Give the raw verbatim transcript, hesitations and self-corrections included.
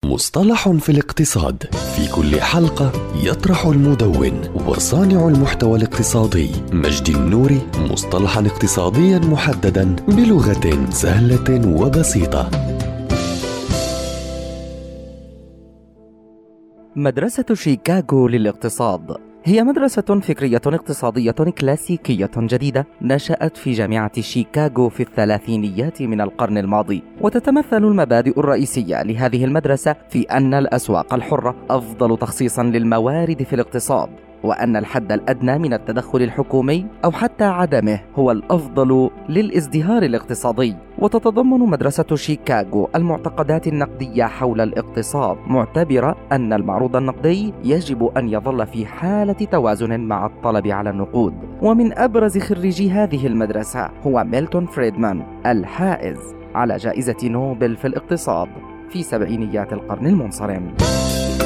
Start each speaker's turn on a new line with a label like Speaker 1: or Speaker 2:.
Speaker 1: مصطلح في الاقتصاد. في كل حلقة يطرح المدون وصانع المحتوى الاقتصادي مجدي النوري مصطلحا اقتصاديا محددا بلغة سهلة وبسيطة.
Speaker 2: مدرسة شيكاغو للاقتصاد هي مدرسة فكرية اقتصادية كلاسيكية جديدة نشأت في جامعة شيكاغو في الثلاثينيات من القرن الماضي، وتتمثل المبادئ الرئيسية لهذه المدرسة في أن الأسواق الحرة أفضل تخصيصا للموارد في الاقتصاد، وأن الحد الأدنى من التدخل الحكومي أو حتى عدمه هو الأفضل للازدهار الاقتصادي. وتتضمن مدرسة شيكاغو المعتقدات النقدية حول الاقتصاد، معتبرة أن المعروض النقدي يجب أن يظل في حالة توازن مع الطلب على النقود. ومن أبرز خريجي هذه المدرسة هو ميلتون فريدمان الحائز على جائزة نوبل في الاقتصاد في سبعينيات القرن المنصرم.